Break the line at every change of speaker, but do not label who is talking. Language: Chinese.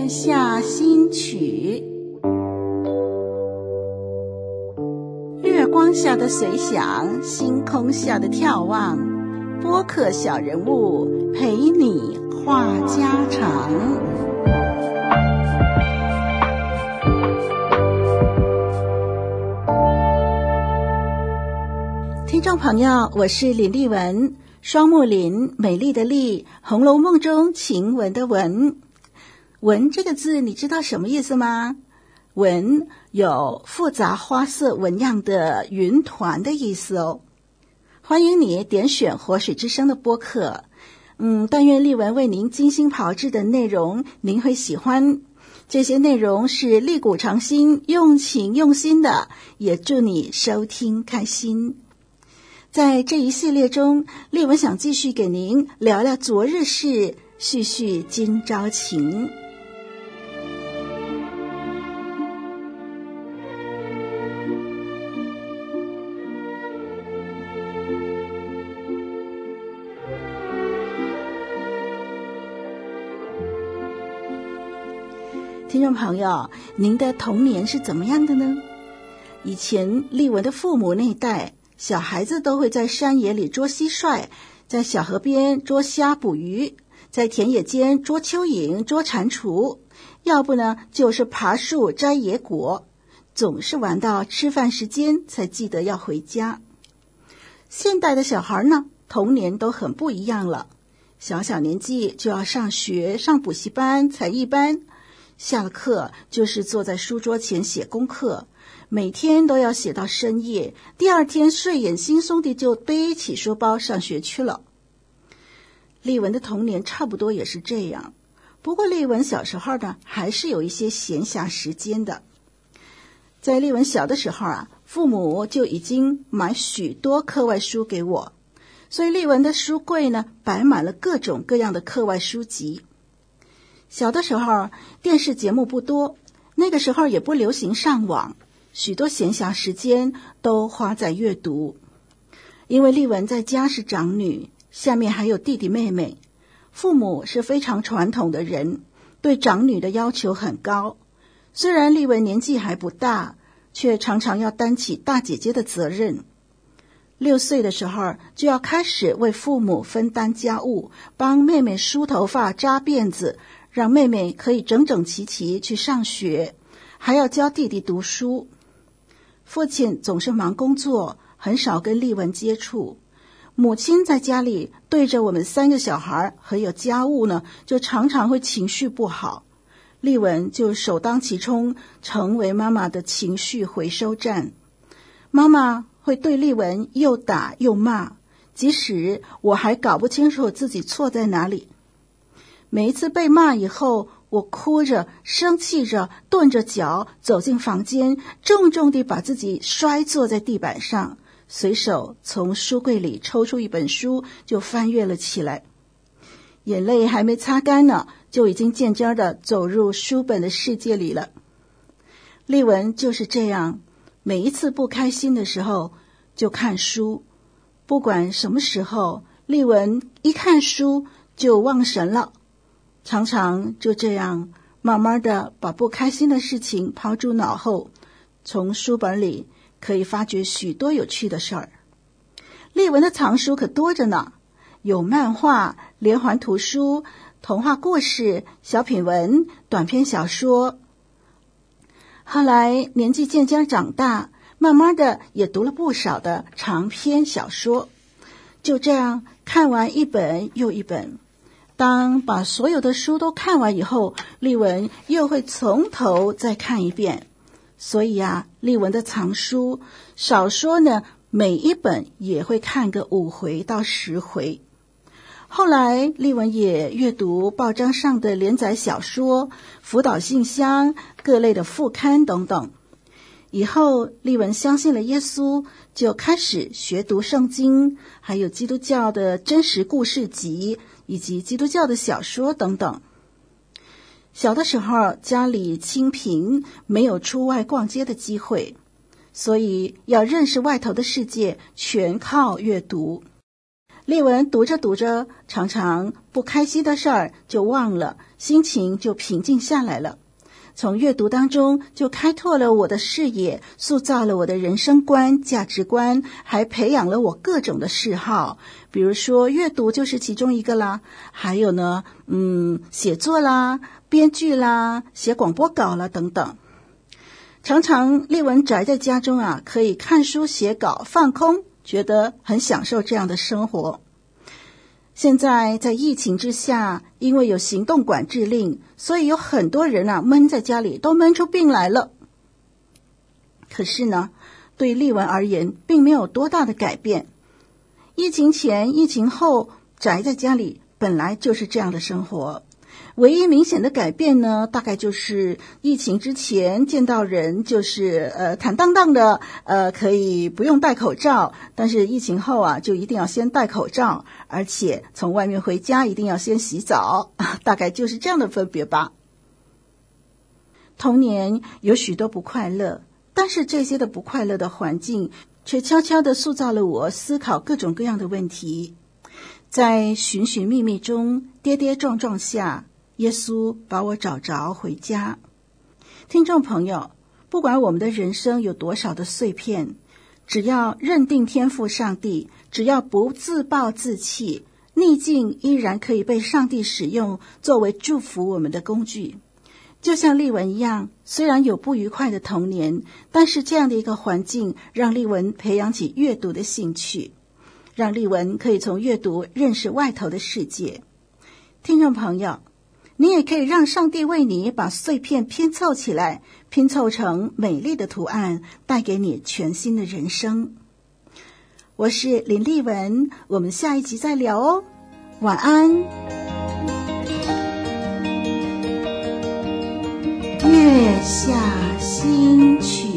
天下新曲，月光下的随想，星空下的眺望，播客小人物陪你话家常。听众朋友，我是林丽文，双木林，美丽的丽，红楼梦中晴雯的雯。雯这个字你知道什么意思吗？雯有复杂花色纹样的云团的意思哦。欢迎你点选活水之声的播客，但愿丽文为您精心炮制的内容您会喜欢。这些内容是力古常新，用情用心的，也祝你收听开心。在这一系列中，丽文想继续给您聊聊昨日事，叙叙今朝情。听众朋友，您的童年是怎么样的呢？以前丽文的父母那一代，小孩子都会在山野里捉蟋蟀，在小河边捉虾捕鱼，在田野间捉蚯蚓捉蟾蜍，要不呢就是爬树摘野果，总是玩到吃饭时间才记得要回家。现代的小孩呢，童年都很不一样了，小小年纪就要上学，上补习班才艺班，下了课就是坐在书桌前写功课，每天都要写到深夜，第二天睡眼惺忪地就背起书包上学去了。丽文的童年差不多也是这样，不过丽文小时候呢，还是有一些闲暇时间的。在丽文小的时候啊，父母就已经买许多课外书给我，所以丽文的书柜呢，摆满了各种各样的课外书籍。小的时候，电视节目不多，那个时候也不流行上网，许多闲暇时间都花在阅读。因为丽文在家是长女，下面还有弟弟妹妹，父母是非常传统的人，对长女的要求很高。虽然丽文年纪还不大，却常常要担起大姐姐的责任。6岁的时候就要开始为父母分担家务，帮妹妹梳头发扎辫子，让妹妹可以整整齐齐去上学，还要教弟弟读书。父亲总是忙工作，很少跟丽文接触。母亲在家里对着我们3个小孩还有家务呢，就常常会情绪不好。丽文就首当其冲，成为妈妈的情绪回收站。妈妈会对丽文又打又骂，即使我还搞不清楚自己错在哪里。每一次被骂以后，我哭着生气着顿着脚走进房间，重重地把自己摔坐在地板上，随手从书柜里抽出一本书就翻阅了起来。眼泪还没擦干呢，就已经渐渐地走入书本的世界里了。丽文就是这样，每一次不开心的时候就看书，不管什么时候，丽文一看书就忘神了，常常就这样慢慢的把不开心的事情抛诸脑后，从书本里可以发掘许多有趣的事儿。丽文的藏书可多着呢，有漫画、连环图书、童话故事、小品文、短篇小说。后来年纪渐渐长大，慢慢的也读了不少的长篇小说，就这样看完一本又一本。当把所有的书都看完以后，丽文又会从头再看一遍。所以啊，丽文的藏书少说呢，每一本也会看个5回到10回。后来丽文也阅读报章上的连载小说、辅导信箱、各类的副刊等等。以后丽文相信了耶稣，就开始学读圣经，还有基督教的真实故事集，以及基督教的小说等等。小的时候家里清贫，没有出外逛街的机会，所以要认识外头的世界全靠阅读。 丽文读着读着，常常不开心的事儿就忘了，心情就平静下来了。从阅读当中就开拓了我的视野，塑造了我的人生观、价值观，还培养了我各种的嗜好。比如说阅读就是其中一个啦，还有呢，写作啦、编剧啦、写广播稿啦等等。常常丽文宅在家中啊，可以看书、写稿、放空，觉得很享受这样的生活。现在在疫情之下，因为有行动管制令，所以有很多人啊闷在家里，都闷出病来了。可是呢，对丽文而言，并没有多大的改变。疫情前、疫情后，宅在家里本来就是这样的生活。唯一明显的改变呢，大概就是疫情之前见到人就是坦荡荡的，可以不用戴口罩，但是疫情后啊，就一定要先戴口罩，而且从外面回家一定要先洗澡，大概就是这样的分别吧。童年有许多不快乐，但是这些的不快乐的环境却悄悄地塑造了我思考各种各样的问题。在寻寻觅觅中，跌跌撞撞下，耶稣把我找着回家。听众朋友，不管我们的人生有多少的碎片，只要认定天父上帝，只要不自暴自弃，逆境依然可以被上帝使用，作为祝福我们的工具。就像丽文一样，虽然有不愉快的童年，但是这样的一个环境让丽文培养起阅读的兴趣，让丽文可以从阅读认识外头的世界。听众朋友，你也可以让上帝为你把碎片拼凑起来，拼凑成美丽的图案，带给你全新的人生。我是林丽文，我们下一集再聊哦，晚安。月下新曲。